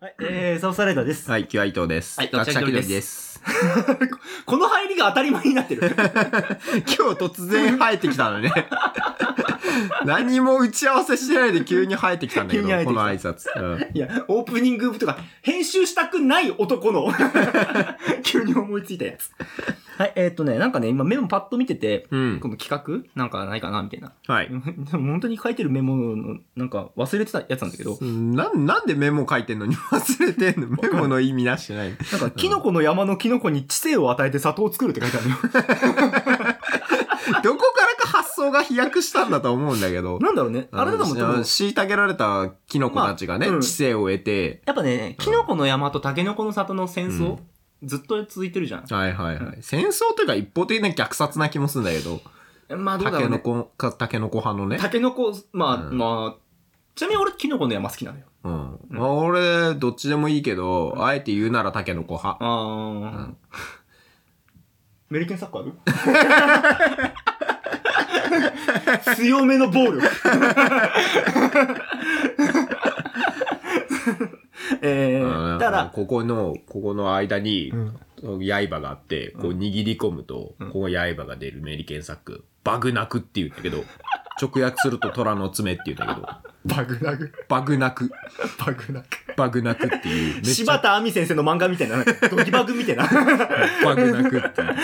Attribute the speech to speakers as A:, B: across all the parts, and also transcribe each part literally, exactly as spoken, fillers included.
A: はい、えー、サブサライダーです。
B: はい、キュアイトです。
A: はい、学者気取りです。
B: こ,
A: この入りが当たり前になってる。
B: 今日突然生えてきたのね。何も打ち合わせしてないで急に生えてきたんだけど、この挨拶、うん。
A: いや、オープニングとか編集したくない男の急に思いついたやつ。はい、えー、っとね、なんかね、今メモパッと見てて、うん、この企画なんかないかなみたいな。
B: はい。
A: 本当に書いてるメモの、なんか忘れてたやつなんだけど。
B: な、なんでメモ書いてんのに忘れてんの？メモの意味なしてない。なん
A: か、キノコの山のキノコに知性を与えて里を作るって書いてあるよ。
B: どこからか発想が飛躍したんだと思うんだけど。
A: なんだろうね。あれだと思っても。
B: 虐げられたキノコたちがね、まあうん、知性を得て。
A: やっぱね、キノコの山とタケノコの里の戦争、うんずっと続いてるじゃん。
B: はいはいはい。うん、戦争というか一方的な虐殺な気もするんだけど。
A: まあどうだろうね。
B: タケノコか、タケノコ派のね。
A: タケノコ、まあ、うん、まあ、ちなみに俺キノコの山好きなのよ。
B: うん。うん、まあ俺、どっちでもいいけど、うん、あえて言うならタケノコ派。ああ、うん。
A: メリケンサッカーある強めの暴力。えー、ただ、
B: ここの、ここの間に、うん、刃があって、こう握り込むと、うん、ここ刃が出るメリケンサック、バグナクって言うんだけど、直訳すると虎の爪って言うんだけど、
A: バグナク
B: バグナク。
A: バグナク。
B: バグナクっていう。
A: 柴田亜美先生の漫画みたいな、ドキバグみたいな。
B: バグナクっていう。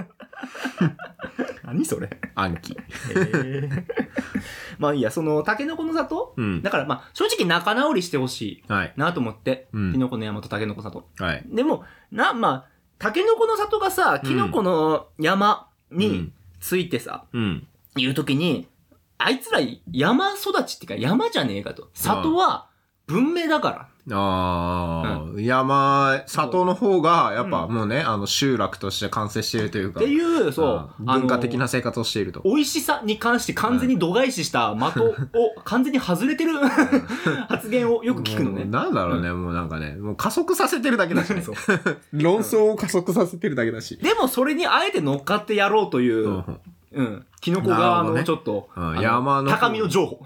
A: 何それ
B: 暗記。
A: えー、まあいいや、その、タケノコの里、うん、だからまあ、正直仲直りしてほしいなと思って、はい、キノコの山とタケノコ里。はい、でも、な、まあ、タケノコの里がさ、キノコの山についてさ、うん、言うときに、あいつら山育ちっていうか山じゃねえかと。里は文明だから。
B: ああ、うん、山、里の方が、やっぱもうね、うん、あの、集落として完成しているというか。
A: っていう、そう。
B: 文化的な生活をしていると。
A: 美味しさに関して完全に度外視した的を完全に外れてる発言をよく聞くのね。
B: なんだろうね、うん、もうなんかね、もう加速させてるだけだしね。論争を加速させてるだけだし。
A: でもそれにあえて乗っかってやろうという、うんうん。キノコ側のちょっと、ねうん、山の高みの情報。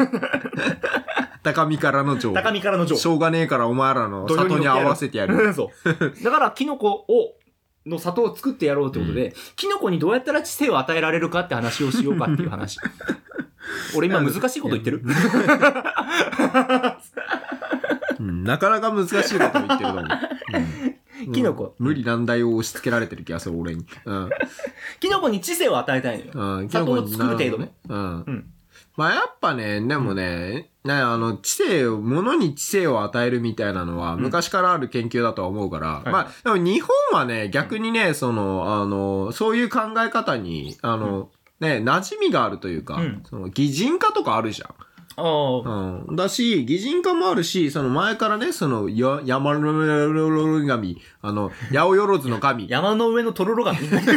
B: 高みからの情報。
A: 高みからの情報。
B: しょうがねえからお前らの里に合わせてやる。
A: そう。だからキノコを、の里を作ってやろうということで、うん、キノコにどうやったら知性を与えられるかって話をしようかっていう話。俺今難しいこと言ってる
B: うん、なかなか難しいこと言ってると思う。うん、
A: キノコ、
B: うん。無理難題を押し付けられてる気がする、俺に。うん。
A: キノコに知性を与えたいのよ。うん。里を作る程度ね。
B: うん。うん。まあやっぱね、でもね、うん、あの、知性を、物に知性を与えるみたいなのは、昔からある研究だとは思うから、うん、まあ、でも日本はね、逆にね、その、あの、そういう考え方に、あの、うん、ね、馴染みがあるというか、うん、その擬人化とかあるじゃん。うん、だし、擬人化もあるし、その前からね、その、や、山の上の神、あの、八百万の神。
A: 山の上のトロロ神何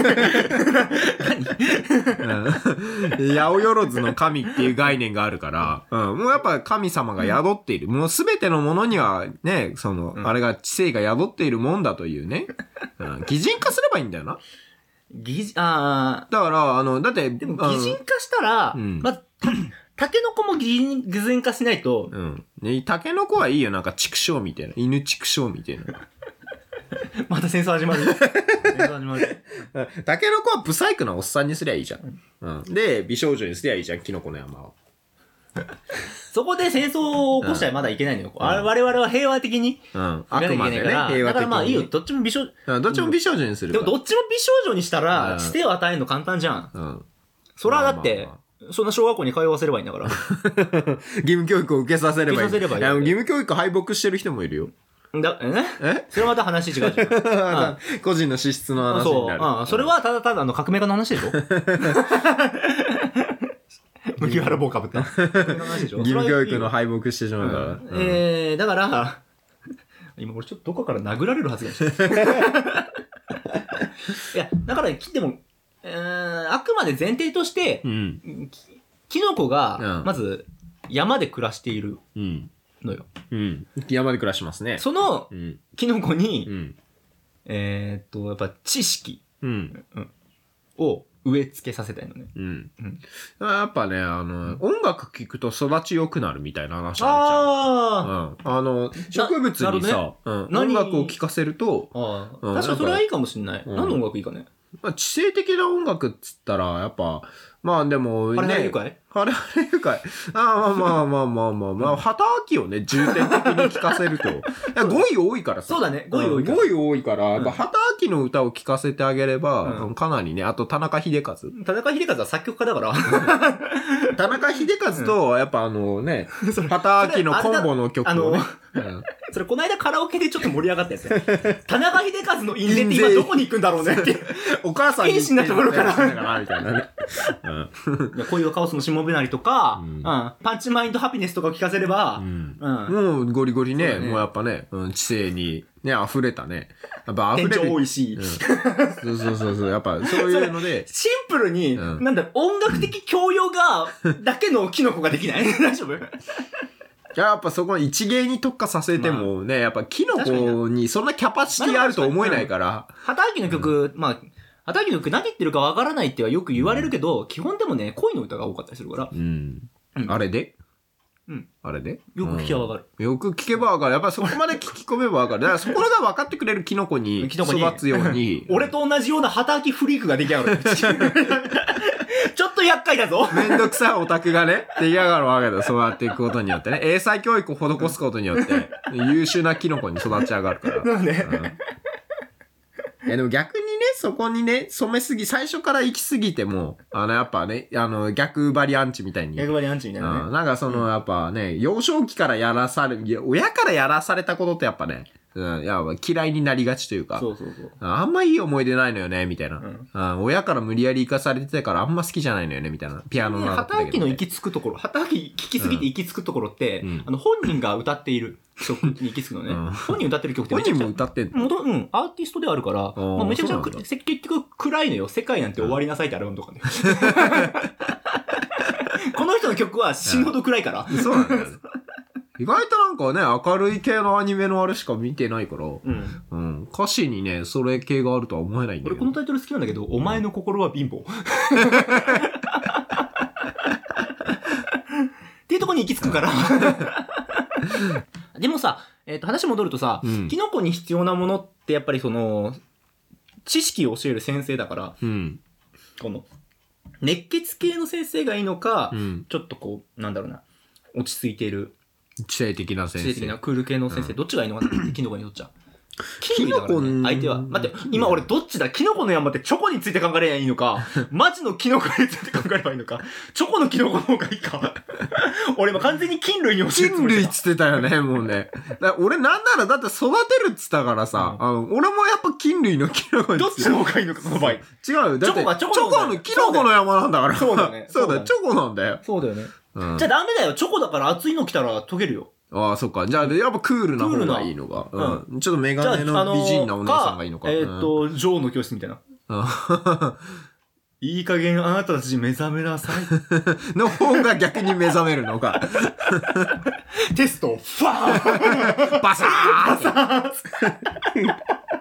B: 八百万の神っていう概念があるから、うん、もうやっぱ神様が宿っている。もうすべてのものにはね、その、うん、あれが知性が宿っているもんだというね。うん、擬人化すればいいんだよな。
A: 擬人、あ
B: あ。だから、あの、だって、
A: でも擬人化したら、うん、まず、タケノコも擬人、擬人化しないと。
B: うん。ね、タケノコはいいよ。なんか畜生みたいな。犬畜生みたいな。
A: また戦争始まる。戦争始まる。
B: タケノコはブサイクなおっさんにすりゃいいじゃん。うん。で、美少女にすりゃいいじゃん。キノコの山を。
A: そこで戦争を起こしちゃまだいけないのよ。うん、我々は平和的に。
B: うん。あくまでね、平和的に。
A: だからまあいいよ。どっちも美少女。
B: どっちも美少女にする。
A: でもどっちも美少女にしたら、知性を与えるの簡単じゃん。うん。それはだって、まあまあまあそんな小学校に通わせればいいんだから。
B: 義務教育を受けさせればいい。受けさせればいい。いや、義務教育敗北してる人もいるよ。
A: だ、ええそれはまた話違うじゃん。
B: 個人の資質の話になる。
A: そう。うん。それはただただの革命家の話でしょ麦わら帽かぶった。
B: 義務教育の敗北してしまうから。うん、
A: えー、だから、今俺ちょっとどこから殴られるはずがした。いや、だから、でも、えー、あくまで前提として、うん、きキノコが、まず、山で暮らしているのよ。
B: うんうん、山で暮らしますね。
A: その、うん、キノコに、うん、えー、っと、やっぱ知識、うん、を植え付けさせたいのね。
B: うん。うん、やっぱね、あの、音楽聴くと育ち良くなるみたいな話あるじゃん。ああ。うん。あの、植物にさ、ね、うん、音楽を聴かせると、
A: ああ、うん、確かにそれはいいかもしんない。うん、何の音楽いいかね。
B: まあ、知性的な音楽っつったら、やっぱ、まあでも、ね。
A: ハレハレ愉快
B: ハレハレ愉快。ああ、まあまあまあまあまあ、旗秋をね、重点的に聴かせると。いや、語彙多いからさ。
A: そうだね、語彙多いから。
B: 語彙多いから、やっぱ旗秋の歌を聴かせてあげれば、うん、かなりね、あと田中秀和。
A: 田中秀和は作曲家だから。
B: 田中秀和と、やっぱあのね、旗秋のコンボの曲をね。
A: うん、それこの間カラオケでちょっと盛り上がったやつね。田中秀和の印税って今どこに行くんだろうねって。
B: お母さんに
A: 天使になってもらうから。
B: みたいなね。
A: うん、恋をカオスのしもべなりとか、うんうん、パンチマインドハピネスとかを聞かせれば、うん
B: うん、もうゴリゴリ ね, ねもうやっぱね、うん、知性にね溢れたね。やっぱ溢れる。
A: 天井多いし、
B: うん。そうそうそうそう、やっぱそういうので。
A: シンプルに、うん、なんだ音楽的教養がだけのキノコができない？大丈夫？
B: やっぱそこ一芸に特化させてもね、まあ、やっぱキノコにそんなキャパシティあると思えないから。
A: 畑秋の曲、うん、まあ、畑秋の曲何言ってるかわからないってはよく言われるけど、うん、基本でもね、恋の歌が多かったりするから。
B: うん。うん、あれで
A: うん。
B: あれで
A: よく聞けばわかる、
B: うん。よく聞けばわかる。やっぱそこまで聞き込めばわかる。だからそこが分かってくれるキノコに育つように。
A: 俺と同じような畑秋フリークが出来上がる。ちょっと厄介だぞ。
B: めんどくさいオタクがね、出来上がるわけだ。そうやっていくことによってね。英才教育を施すことによって、優秀なキノコに育ち上がるから。
A: なんで、うん、
B: いやでも逆にね、そこにね、染めすぎ、最初から行きすぎても、あの、やっぱね、あの、逆張りアンチみたいに。
A: 逆張りアンチみたいなね。
B: うん、なんかその、やっぱね、幼少期からやらされ、親からやらされたことってやっぱね、うん、いや嫌いになりがちというか、
A: そうそうそう。
B: あんまいい思い出ないのよね、みたいな。うんうん、親から無理やり生かされてたからあんま好きじゃないのよね、みたいな。ピアノの、ね。
A: 畑秋の行き着くところ、畑秋聞きすぎて行き着くところって、うん、あの、本人が歌っている曲に行き着くのね。うん、本人歌ってる曲ってめちゃくちゃ。
B: 本人も歌ってん
A: の？うん、アーティストであるから、まあ、めちゃくちゃ結局暗いのよ。世界なんて終わりなさいってアルバムとかね。この人の曲は死ぬほど暗いから。
B: そうなんだよ。意外となんかね、明るい系のアニメのあれしか見てないから、うん。うん、歌詞にね、それ系があるとは思えないんだよ。
A: 俺このタイトル好きなんだけど、お前の心は貧乏。っていうところに行き着くから。でもさ、えっと、話戻るとさ、うん、キノコに必要なものってやっぱりその、知識を教える先生だから、うん、この、熱血系の先生がいいのか、うん、ちょっとこう、なんだろうな、落ち着いている。
B: 知性的な先生。
A: 知性的なクール系の先生、うん、どっちがいいのかなキノコにとっちゃ。キノコね、相手は。待って、今俺どっちだキノコの山ってチョコについて考えればいいのか、マジのキノコについて考えればいいのか、チョコのキノコの方がいいか。俺今完全に菌類に教えて
B: 菌類っつってたよね、もうね。だ俺なんならだって育てるっつったからさ、うん、あの俺もやっぱ菌類のキノコに
A: どっちの方がいいのか、その場合。違
B: うよ。だってチョコチョコチョコのキノコの山なんだから。
A: そうだよね。
B: そうだよ、チョコなんだよ。
A: そうだよね。うん、じゃあダメだよ。チョコだから熱いの来たら溶けるよ。
B: ああ、そっか。じゃあ、やっぱクールな方がいいのが。うん。ちょっとメガネの美人なお姉さんがいいのか。
A: えっと、ジョーの教室みたいな。いい加減あなたたち目覚めなさい。
B: の方が逆に目覚めるのか。
A: テスト、ファー
B: バサー
A: バサー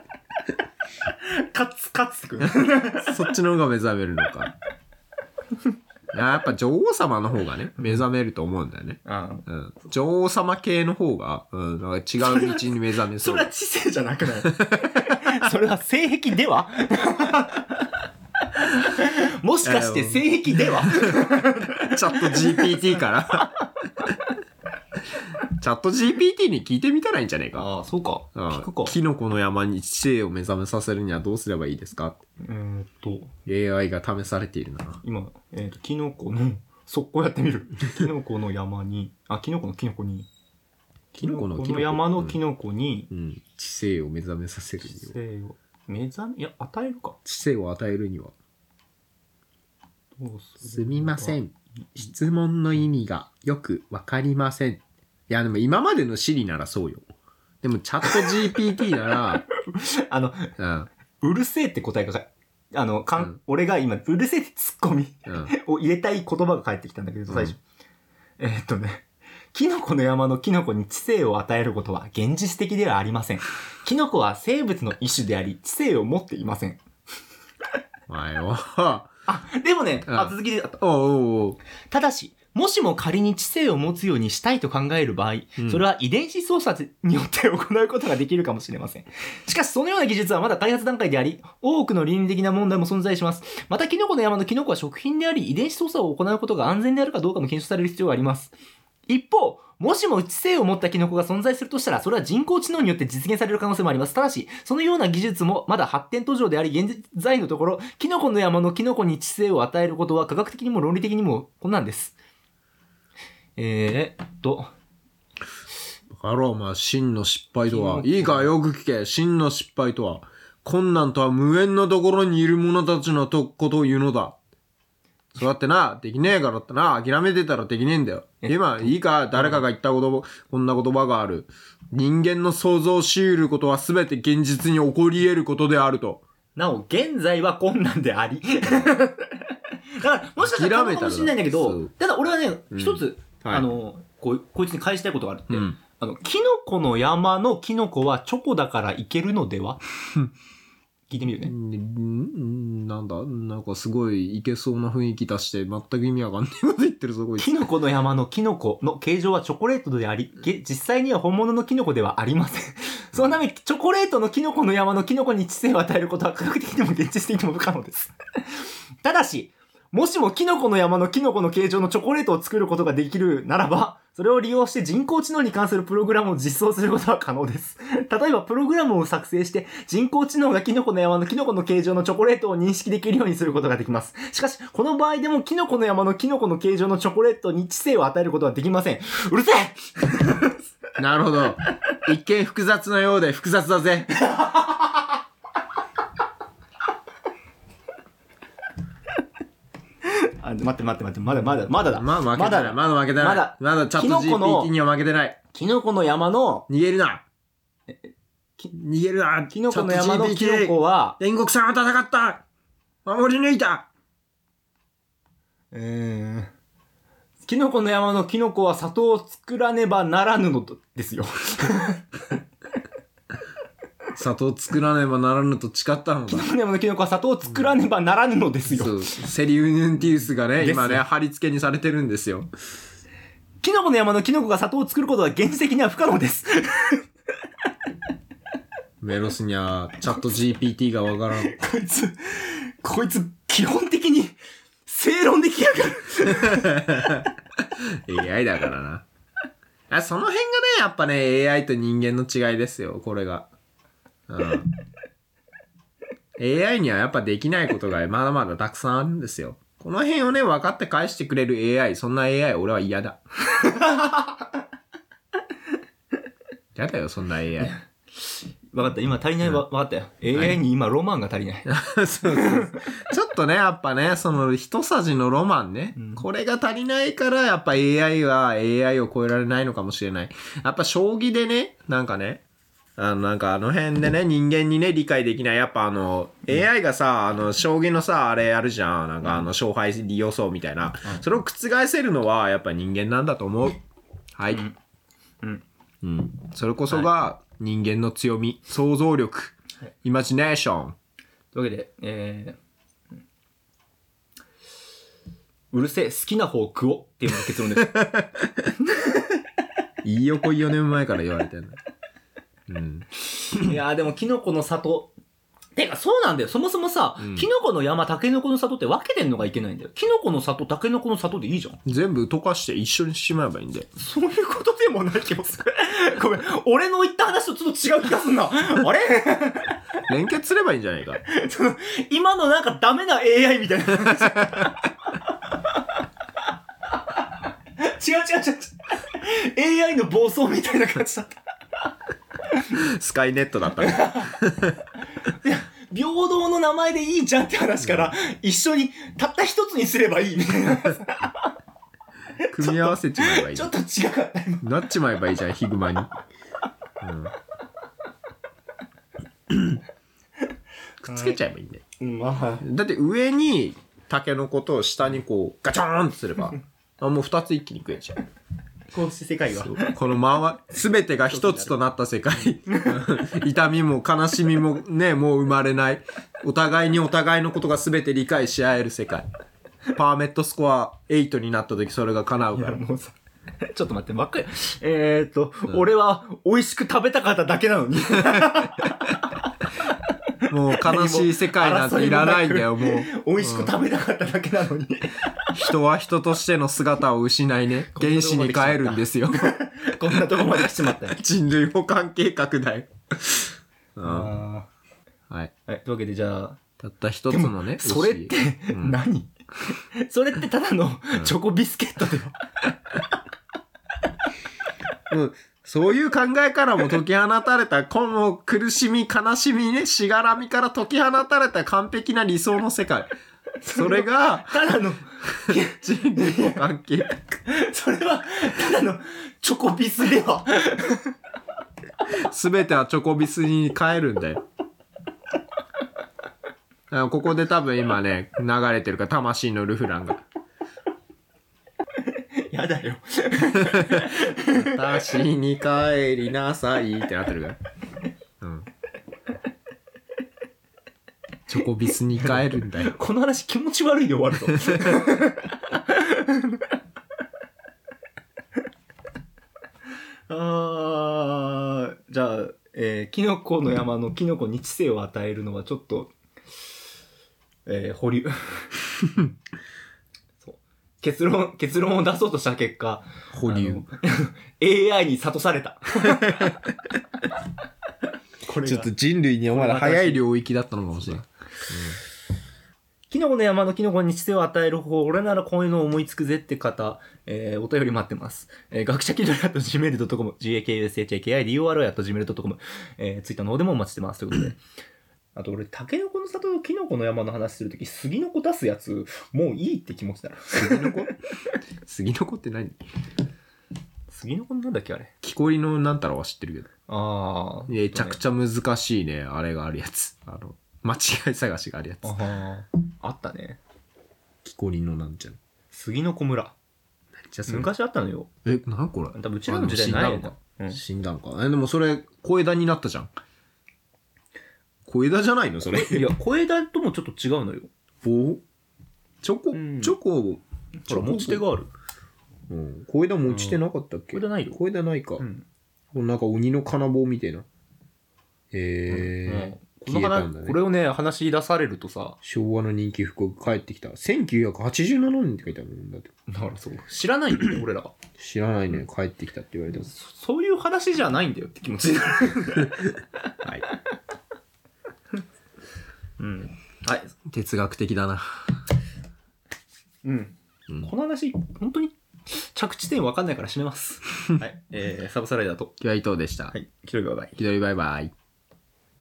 A: カツカツくん。
B: そっちの方が目覚めるのか。やっぱ女王様の方がね、目覚めると思うんだよね。うん、女王様系の方が、うん、なんか違う道に目覚めそう。
A: それは知性じゃなくないそれは性癖ではもしかして性癖では
B: チャット ジーピーティー からチャット ジーピーティー に聞いてみたらいいんじゃねえか。
A: ああ、そうか。聞くか。
B: キノコの山に知性を目覚めさせるにはどうすればいいですか。
A: えーっと。
B: エーアイ が試されているな。
A: 今、えーっと、キノコの、速攻やってみる。キノコの山に、あ、キノコのキノコに。キノコの山のキノコに、
B: うんうん、知性を目覚めさせるには。
A: 知性を、目覚め、いや、与えるか。
B: 知性を与えるには。どうするすみません。質問の意味がよくわかりません。いや、でも今までの Siri ならそうよ。でもチャット ジーピーティー なら、
A: あの、うん、うるせえって答えが、あの、かん、うん、俺が今、うるせえってツッコミ、うん、を入れたい言葉が返ってきたんだけど、最初。うん、えー、っとね、キノコの山のキノコに知性を与えることは現実的ではありません。キノコは生物の一種であり、知性を持っていません。
B: お前は、
A: あ、でもね、あ、続きであった。
B: おうおうおう。
A: ただし、もしも仮に知性を持つようにしたいと考える場合、うん、それは遺伝子操作によって行うことができるかもしれません。しかし、そのような技術はまだ開発段階であり、多くの倫理的な問題も存在します。また、キノコの山のキノコは食品であり、遺伝子操作を行うことが安全であるかどうかも検証される必要があります。一方、もしも知性を持ったキノコが存在するとしたら、それは人工知能によって実現される可能性もあります。ただし、そのような技術もまだ発展途上であり、現在のところ、キノコの山のキノコに知性を与えることは科学的にも論理的にも困難です。えーっと。
B: あら、まあ、真の失敗とは。いいか、よく聞け。真の失敗とは。困難とは無縁のところにいる者たちのとことを言うのだ。そうやってな、できねえからってな、諦めてたらできねえんだよ。今、いいか、誰かが言った言葉、こんな言葉がある。人間の想像し得ることは全て現実に起こり得ることであると。
A: なお、現在は困難であり。だから、もしかしたら可能かもしれないんだけど、ただ俺はね、一つ、はい、あのこ、こいつに返したいことがあるって、うん、あの、キノコの山のキノコはチョコだからいけるのでは聞いてみるね。
B: んなんだなんかすごいいけそうな雰囲気出して全く意味わかんないこと言ってるぞ、こいつ。
A: キノコの山のキノコの形状はチョコレートであり、実際には本物のキノコではありません。そのためにチョコレートのキノコの山のキノコに知性を与えることは科学的にも現実的にも不可能です。ただし、もしもキノコの山のキノコの形状のチョコレートを作ることができるならば、それを利用して人工知能に関するプログラムを実装することは可能です。例えば、プログラムを作成して、人工知能がキノコの山のキノコの形状のチョコレートを認識できるようにすることができます。しかし、この場合でもキノコの山のキノコの形状のチョコレートに知性を与えることはできません。うるせ
B: えなるほど。一見複雑なようで複雑だぜ。
A: あ、待って待って待って、まだまだ、まだだ。
B: まだ負けてない。まだ負けてない。
A: まだ、
B: まだチャット ジーピーティー には負けてない。
A: キノコの山の、
B: 逃げるな。逃げるな。
A: キノコの山のキノコは、
B: 煉獄さんは戦った。守り抜いた。
A: えー、キノコの山のキノコは里を作らねばならぬのですよ。
B: 里を作らねばならぬと誓ったのだ。
A: キノコの山のキノコは里を作らねばならぬのですよ。
B: そう。セリウヌンティウスがね、今ね、貼り付けにされてるんですよ。
A: キノコの山のキノコが里を作ることは現実的には不可能です。
B: メロスにはチャット ジーピーティー がわからん。
A: こいつ、こいつ基本的に正論できやがる。
B: エーアイ だからな。あ、その辺がね、やっぱね、エーアイ と人間の違いですよ、これが。うん、エーアイ にはやっぱできないことがまだまだたくさんあるんですよ。この辺をね、分かって返してくれる エーアイ、そんな エーアイ 俺は嫌だ。嫌だよ、そんな エーアイ。
A: 分かった、今足りない、分かったよ。エーアイ に今ロマンが足りない。
B: そうそうちょっとね、やっぱね、その一さじのロマンね、うん、これが足りないから、やっぱ エーアイ は エーアイ を超えられないのかもしれない。やっぱ将棋でね、なんかね、あの、なんかあの辺でね、人間にね、理解できない。やっぱあの、うん、エーアイ がさ、あの、将棋のさ、あれあるじゃん。なんかあの、勝敗予想みたいな。うん、それを覆せるのは、やっぱ人間なんだと思う。はい。うん。うん。うん、それこそが人間の強み、想像力、はい、イマジネーション。
A: というわけで、えー、うるせえ、好きな方食おうっていうのが結論です。
B: いいよこよねんまえから言われてるの。うん、
A: いやーでもキノコの里てかそうなんだよ。そもそもさ、うん、キノコの山、タケノコの里って分けてんのがいけないんだよ。キノコの里、タケノコの里でいいじゃん。
B: 全部溶かして一緒にしまえばいいんで。
A: そういうことでもない気もする。ごめん、俺の言った話とちょっと違う気がすんな。あれ
B: 連結すればいいんじゃないか。
A: その今のなんかダメな エーアイ みたいな話。違う違う違う違う。エーアイ の暴走みたいな感じだった。
B: スカイネットだった、ね。
A: いや、平等の名前でいいじゃんって話から、うん、一緒にたった一つにすればいいみたいな。
B: 組み合わせちまえばいい。
A: ちょっと違かった今。
B: なっちまえばいいじゃん、ヒグマに。うん、くっつけちゃえばいいんだよ。うんまあ、だって上にタケノコと下にこうガチョーンとすれば、あもう二つ一気に食えちゃう。
A: こうして世界は。
B: このまま、すべてが一つとなった世界。痛みも悲しみもね、もう生まれない。お互いにお互いのことがすべて理解し合える世界。パーメットスコアはちになった時それが叶うから。
A: もうさ、ちょっと待って、ばっかり。えーっと、うん、俺は美味しく食べたかっただけなのに。
B: もう悲しい世界なんていらないんだよ、もう。
A: 美味しく食べたかっただけなのに。
B: 人は人としての姿を失いね、原始に帰るんですよ。
A: こんなとこまで来ちまったよ。
B: 人類保管計画だよ。
A: ああ。はい。はい。というわけでじゃあ。
B: たった一つのね。
A: それって何、うん、それってただのチョコビスケットでは、
B: うん、そういう考えからも解き放たれた、この苦しみ、悲しみね、しがらみから解き放たれた完璧な理想の世界。それが、
A: ただの、
B: 人類の関係。
A: それは、ただのチョコビスでは。
B: すべてはチョコビスに変えるんだよ。ここで多分今ね、流れてるから、魂のルフランが。
A: やだよ。
B: 私に帰りなさいってなってるから。うん。チョコビスに帰るんだよ。
A: この話気持ち悪いで終わるぞ。あー、じゃあ、えー、キノコの山のキノコに知性を与えるのはちょっと、えー、保留。そう。結論、結論を出そうとした結果、
B: 保留。
A: エーアイ に諭された。
B: これちょっと人類にはまだ早い領域だったのかもしれない。
A: キノコの山のキノコに知性を与える方、俺ならこういうの思いつくぜって方、えー、お便り待ってます。えー、学者気取り アットジーメールドットコム、ジーエーケーユーエスエイチエーケーアイディーオーアールオー アットジーメールドットコム、えー、ツイッターの方でもお待ちしてます。ということで。あと俺、タケノコの里とキノコの山の話するとき、杉の子出すやつ、もういいって気持ちだな。
B: 杉の子杉の子って何？
A: 杉の子なんだっけあれ。
B: 木こりのなんたらは知ってるけど。
A: ああ。
B: めちゃくちゃ難しいね、あれがあるやつ。あの、間違い探しがあるやつ。
A: ああ。あったね。
B: 木こりのなんちゃら。
A: 杉の子村。昔あったのよ。
B: え、なんこれ？
A: 多分うちらの時代ないのか。
B: 死んだのか。え、でもそれ、小枝になったじゃん。小枝じゃないのそれ。
A: いや、小枝ともちょっと違うのよ。
B: おチョコ、うん、チョコ、ほ
A: ら、持ち手がある。
B: うん。小枝持ち手なかったっけ？
A: 小枝ないよ。
B: 小枝ないか。うん。なんか鬼の金棒みたいな。へえー。うん、この話、
A: ね、これをね、話し出されるとさ。
B: 昭和の人気服帰ってきた。せんきゅうひゃくはちじゅうななねんって書いてあるんだって。
A: だからそう。知らないんだよ、俺らが。
B: 知らないね。帰ってきたって言われても。
A: そ, そういう話じゃないんだよって気持ちになる。はい。うん。はい。
B: 哲学的だな。
A: うん。うん、この話、本当に着地点わかんないから締めます。はい。えー、サブサライダーと。
B: キュアイトーでした。
A: はい。気取りバイバイ。
B: 気取りバイバイ。